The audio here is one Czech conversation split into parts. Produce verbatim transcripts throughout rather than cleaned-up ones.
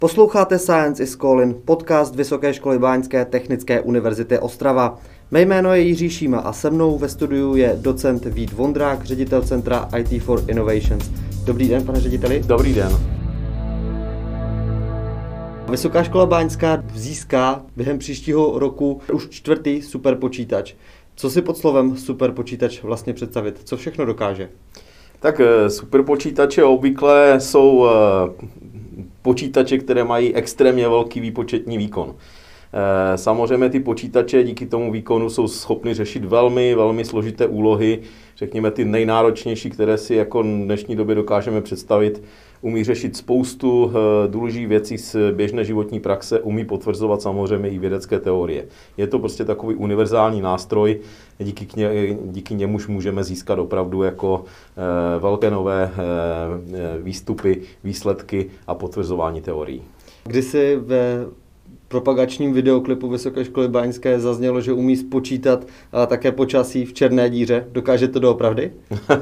Posloucháte Science is Calling, podcast Vysoké školy báňské Technické univerzity Ostrava. Mé jméno je Jiří Šíma a se mnou ve studiu je docent Vít Vondrák, ředitel Centra I T for Innovations. Dobrý den, pane řediteli. Dobrý den. Vysoká škola báňská získá během příštího roku už čtvrtý superpočítač. Co si pod slovem superpočítač vlastně představit? Co všechno dokáže? Tak superpočítače obvykle jsou počítače, které mají extrémně velký výpočetní výkon. Samozřejmě ty počítače díky tomu výkonu jsou schopny řešit velmi, velmi složité úlohy, řekněme ty nejnáročnější, které si jako v dnešní době dokážeme představit. Umí řešit spoustu důležitých věcí z běžné životní praxe, umí potvrzovat samozřejmě i vědecké teorie. Je to prostě takový univerzální nástroj, díky, k ně, díky němuž můžeme získat opravdu jako e, velké nové e, výstupy, výsledky a potvrzování teorií. Kdysi ve propagačním videoklipu Vysoké školy báňské zaznělo, že umí spočítat také počasí v černé díře. Dokáže to doopravdy?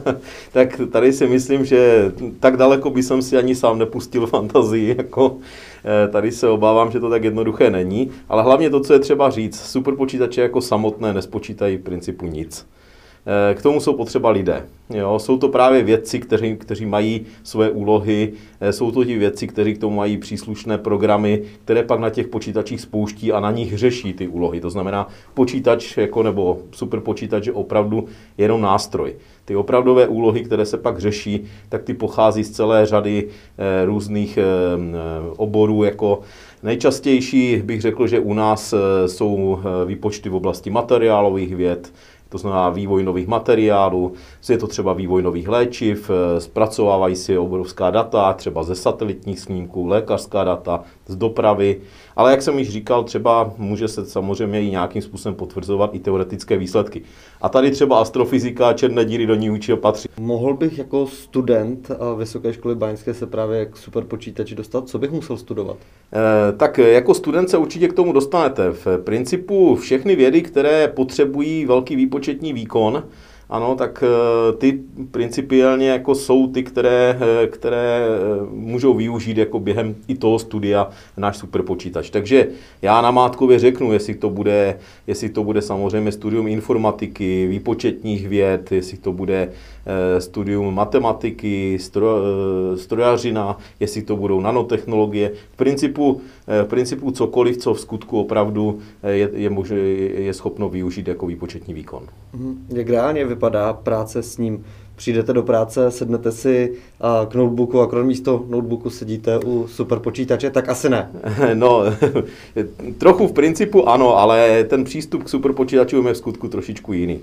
Tak tady si myslím, že tak daleko by jsem si ani sám nepustil fantazii. Jako, tady se obávám, že to tak jednoduché není. Ale hlavně to, co je třeba říct, superpočítače jako samotné nespočítají v principu nic. K tomu jsou potřeba lidé. Jo, jsou to právě vědci, kteří, kteří mají své úlohy, jsou to ti vědci, kteří k tomu mají příslušné programy, které pak na těch počítačích spouští a na nich řeší ty úlohy. To znamená, počítač jako, nebo superpočítač je opravdu jenom nástroj. Ty opravdové úlohy, které se pak řeší, tak ty pochází z celé řady eh, různých eh, oborů. Jako nejčastější bych řekl, že u nás eh, jsou výpočty v oblasti materiálových věd, to znamená vývoj nových materiálů, je to třeba vývoj nových léčiv, zpracovávají si obrovská data, třeba ze satelitních snímků, lékařská data, z dopravy, ale jak jsem již říkal, třeba může se samozřejmě i nějakým způsobem potvrzovat i teoretické výsledky. A tady třeba astrofyzika a černé díry do ní určitě patří. Mohl bych jako student Vysoké školy báňské se právě k superpočítači dostat? Co bych musel studovat? E, tak jako student se určitě k tomu dostanete. V principu všechny vědy, které potřebují velký výpočetní výkon, ano, tak ty principiálně jako jsou ty, které, které můžou využít jako během i toho studia náš superpočítač. Takže já namátkově řeknu, jestli to bude, jestli to bude samozřejmě studium informatiky, výpočetních věd, jestli to bude studium matematiky, stro, strojařina, jestli to budou nanotechnologie. V principu, v principu cokoliv, co v skutku opravdu je, je, možné, je schopno využít jako výpočetní výkon. Jak reálně vypadá práce s ním? Přijdete do práce, sednete si k notebooku a kromě místo notebooku sedíte u superpočítače, tak asi ne. No, trochu v principu ano, ale ten přístup k superpočítačům je v skutku trošičku jiný.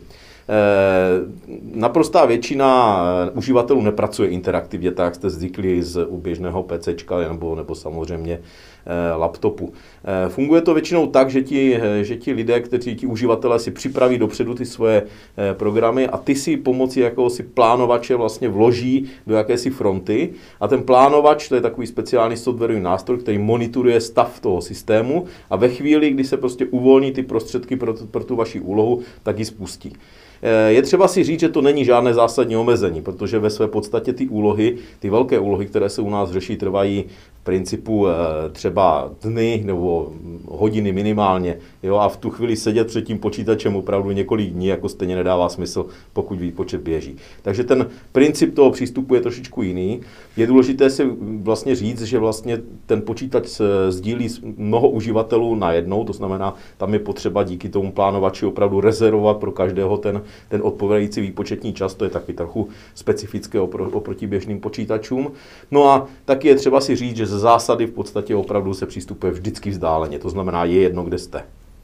Naprostá většina uživatelů nepracuje interaktivně, tak jste zvyklí z u běžného PCčka nebo, nebo samozřejmě laptopu. Funguje to většinou tak, že ti, že ti lidé, kteří ti uživatelé si připraví dopředu ty svoje programy a ty si pomocí jakéhosi plánovače vlastně vloží do jakési fronty a ten plánovač, to je takový speciální softwarový nástroj, který monitoruje stav toho systému a ve chvíli, kdy se prostě uvolní ty prostředky pro, pro tu vaši úlohu, tak ji spustí. Je třeba si říct, že to není žádné zásadní omezení, protože ve své podstatě ty úlohy, ty velké úlohy, které se u nás řeší, trvají v principu třeba dny nebo hodiny minimálně. Jo, a v tu chvíli sedět před tím počítačem opravdu několik dní jako stejně nedává smysl, pokud výpočet běží. Takže ten princip toho přístupu je trošičku jiný. Je důležité si vlastně říct, že vlastně ten počítač sdílí mnoho uživatelů najednou, to znamená, tam je potřeba díky tomu plánovači opravdu rezervovat pro každého ten ten odpovídající výpočetní čas, to je taky trochu specifické opr- oproti běžným počítačům. No a taky je třeba si říct, že ze zásady v podstatě opravdu se přistupuje vždycky vzdáleně, to znamená je jedno, kde jste.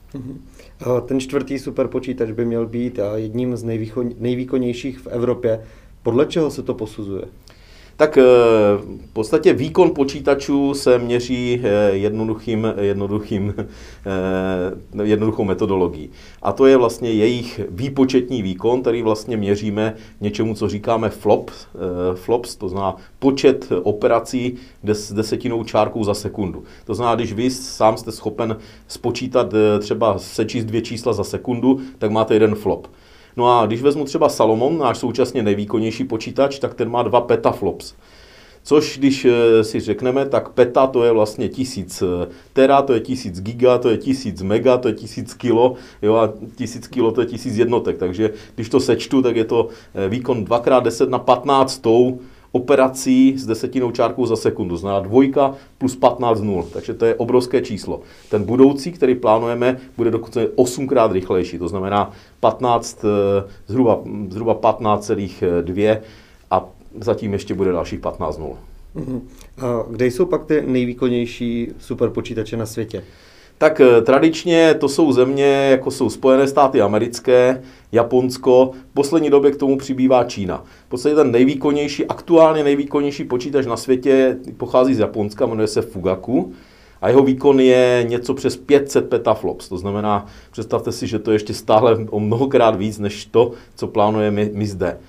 Ten čtvrtý superpočítač by měl být jedním z nejvýkon- nejvýkonnějších v Evropě. Podle čeho se to posuzuje? Tak v podstatě výkon počítačů se měří jednoduchým, jednoduchým, jednoduchou metodologií. A to je vlastně jejich výpočetní výkon, který vlastně měříme něčemu, co říkáme flops, flops, to znamená počet operací s desetinou čárkou za sekundu. To znamená, když vy sám jste schopen spočítat třeba sečíst dvě čísla za sekundu, tak máte jeden flop. No a když vezmu třeba Salomon, náš současně nejvýkonnější počítač, tak ten má dva petaflops. Což když si řekneme, tak peta to je vlastně tisíc tera, to je tisíc giga, to je tisíc mega, to je tisíc kilo, jo, a tisíc kilo to je tisíc jednotek. Takže když to sečtu, tak je to výkon dva krát deset na patnáct operací s desetinou čárkou za sekundu. Znamená dvojka plus patnáct nul, takže to je obrovské číslo. Ten budoucí, který plánujeme, bude dokonce osmkrát rychlejší, to znamená patnáct, zhruba, zhruba patnáct celá dva a zatím ještě bude dalších patnáct nul. Uh-huh. A kde jsou pak ty nejvýkonnější superpočítače na světě? Tak tradičně to jsou země, jako jsou Spojené státy americké, Japonsko, v poslední době k tomu přibývá Čína. V podstatě ten nejvýkonnější, aktuálně nejvýkonnější počítač na světě pochází z Japonska, jmenuje se Fugaku a jeho výkon je něco přes pět set petaflops. To znamená, představte si, že to je ještě stále o mnohokrát víc než to, co plánujeme my zde. E,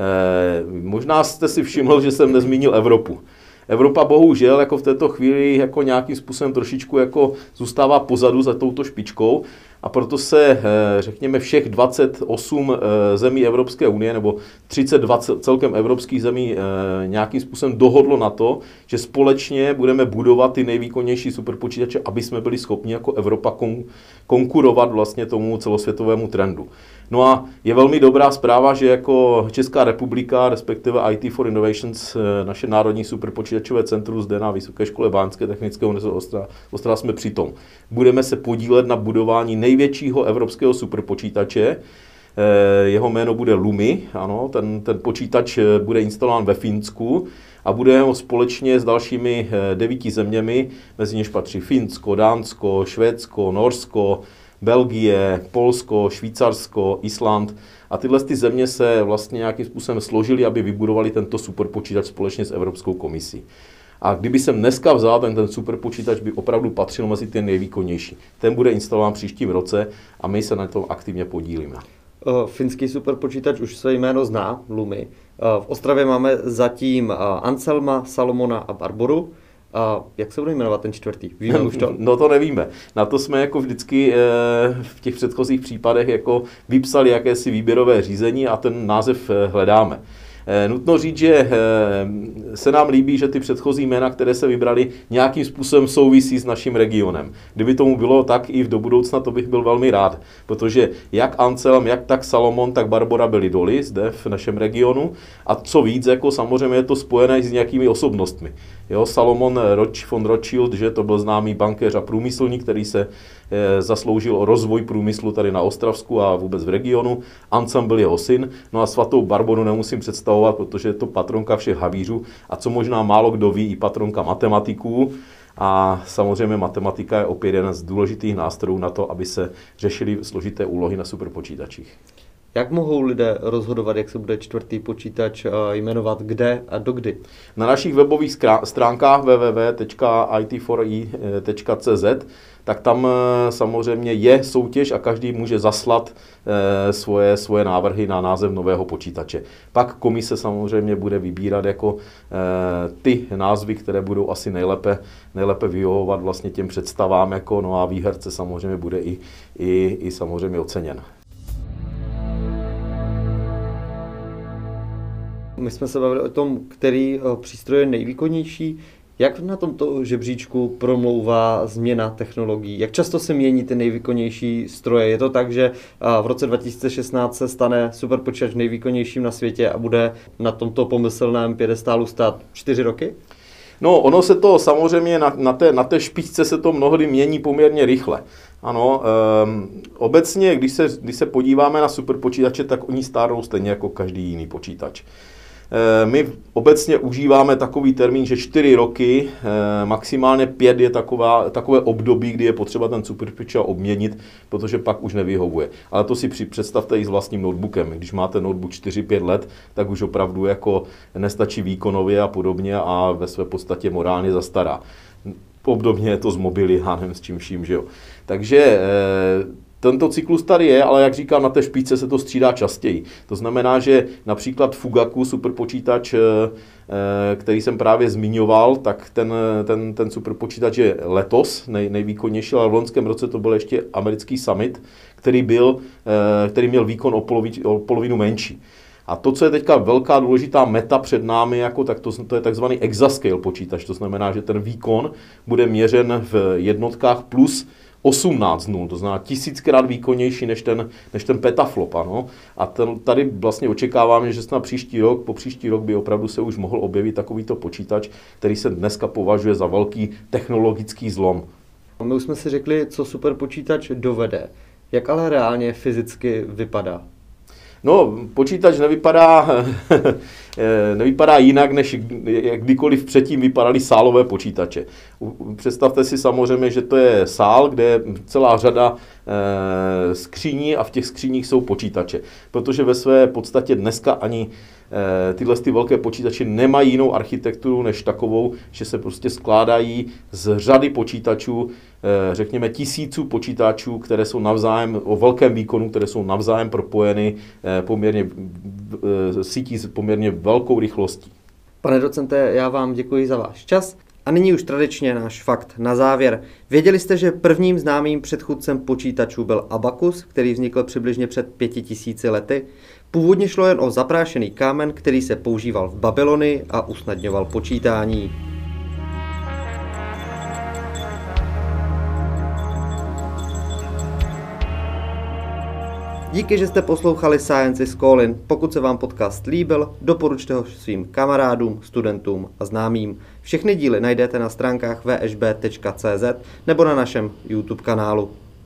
možná jste si všiml, že jsem nezmínil Evropu. Evropa bohužel jako v této chvíli jako nějakým způsobem trošičku jako zůstává pozadu za touto špičkou a proto se, řekněme, všech dvacet osm zemí Evropské unie nebo třicet dva celkem evropských zemí nějakým způsobem dohodlo na to, že společně budeme budovat ty nejvýkonnější superpočítače, aby jsme byli schopni jako Evropa kon- konkurovat vlastně tomu celosvětovému trendu. No a je velmi dobrá zpráva, že jako Česká republika, respektive I T for Innovations, naše národní superpočítačové centrum zde na Vysoké škole báňské technické univerzity Ostrava, Ostrava jsme při tom. Budeme se podílet na budování největšího evropského superpočítače. Jeho jméno bude Lumi, ano, ten, ten počítač bude instalován ve Finsku a bude ho společně s dalšími devíti zeměmi, mezi něž patří Finsko, Dánsko, Švédsko, Norsko, Belgie, Polsko, Švýcarsko, Island a tyhle ty země se vlastně nějakým způsobem složily, aby vybudovali tento superpočítač společně s Evropskou komisí. A kdyby jsem dneska vzal, tak ten superpočítač by opravdu patřil mezi ty nejvýkonnější. Ten bude instalován příštím roce a my se na tom aktivně podílíme. Finský superpočítač už své jméno zná, Lumi. V Ostravě máme zatím Anselma, Salomona a Barboru. A jak se bude jmenovat ten čtvrtý? Víme už to? No to nevíme. Na to jsme jako vždycky v těch předchozích případech jako vypsali jakési výběrové řízení a ten název hledáme. Nutno říct, že se nám líbí, že ty předchozí jména, které se vybrali, nějakým způsobem souvisí s naším regionem. Kdyby tomu bylo tak i do budoucna, to bych byl velmi rád, protože jak Anselm, jak tak Salomon, tak Barbora byli doly zde v našem regionu a co víc, jako samozřejmě je to spojené s nějakými osobnostmi. Jo, Salomon von Rothschild, že to byl známý bankéř a průmyslník, který se e, zasloužil o rozvoj průmyslu tady na Ostravsku a vůbec v regionu. Anselm byl jeho syn, no a svatou Barboru nemusím představovat, protože je to patronka všech havířů a co možná málo kdo ví, i patronka matematiků. A samozřejmě matematika je opět jeden z důležitých nástrojů na to, aby se řešily složité úlohy na superpočítačích. Jak mohou lidé rozhodovat, jak se bude čtvrtý počítač jmenovat, kde a dokdy? Na našich webových stránkách w w w tečka i t four i tečka c z tak tam samozřejmě je soutěž a každý může zaslat svoje, svoje návrhy na název nového počítače. Pak komise samozřejmě bude vybírat jako ty názvy, které budou asi nejlépe, nejlépe vyhovovat vlastně těm představám, jako, no a výherce samozřejmě bude i, i, i samozřejmě oceněn. My jsme se bavili o tom, který přístroj je nejvýkonnější. Jak na tomto žebříčku promlouvá změna technologií? Jak často se mění ty nejvýkonnější stroje? Je to tak, že v roce dva tisíce šestnáct se stane superpočítač nejvýkonnějším na světě a bude na tomto pomyslném piedestálu stát čtyři roky? No, ono se to samozřejmě na, na, té, na té špičce se to mnohdy mění poměrně rychle. Ano, um, obecně, když se, když se podíváme na superpočítače, tak oni stárnou stejně jako každý jiný počítač. My obecně užíváme takový termín, že čtyři roky, maximálně pět je taková, takové období, kdy je potřeba ten superpočítač obměnit, protože pak už nevyhovuje. Ale to si představte i s vlastním notebookem. Když máte notebook čtyři pět let, tak už opravdu jako nestačí výkonově a podobně a ve své podstatě morálně zastará. Obdobně je to s mobily, já nevím s čím vším, že jo. Takže tento cyklus tady je, ale jak říkám, na té špičce se to střídá častěji. To znamená, že například Fugaku, superpočítač, který jsem právě zmiňoval, tak ten, ten, ten superpočítač je letos nej, nejvýkonnější, ale v loňském roce to byl ještě americký Summit, který, byl, který měl výkon o, polovi, o polovinu menší. A to, co je teďka velká důležitá meta před námi, jako, tak to, to je takzvaný exascale počítač. To znamená, že ten výkon bude měřen v jednotkách plus osmnáct nul, to znamená tisíckrát výkonnější než ten, než ten petaflop. Ano? A ten, tady vlastně očekáváme, že na příští rok, po příští rok by opravdu se už mohl objevit takovýto počítač, který se dneska považuje za velký technologický zlom. My už jsme si řekli, co superpočítač dovede. Jak ale reálně fyzicky vypadá? No, počítač nevypadá, nevypadá jinak, než kdykoliv předtím vypadaly sálové počítače. Představte si samozřejmě, že to je sál, kde je celá řada skříní a v těch skříních jsou počítače. Protože ve své podstatě dneska ani tyhle ty velké počítače nemají jinou architekturu než takovou, že se prostě skládají z řady počítačů, řekněme tisíců počítačů, které jsou navzájem o velkém výkonu, které jsou navzájem propojeny poměrně sítí s poměrně velkou rychlostí. Pane docente, já vám děkuji za váš čas. A nyní už tradičně náš fakt na závěr. Věděli jste, že prvním známým předchůdcem počítačů byl abakus, který vznikl přibližně před pěti tisíci lety? Původně šlo jen o zaprášený kámen, který se používal v Babylonii a usnadňoval počítání. Díky, že jste poslouchali Science is Calling. Pokud se vám podcast líbil, doporučte ho svým kamarádům, studentům a známým. Všechny díly najdete na stránkách v š b tečka c z nebo na našem YouTube kanálu.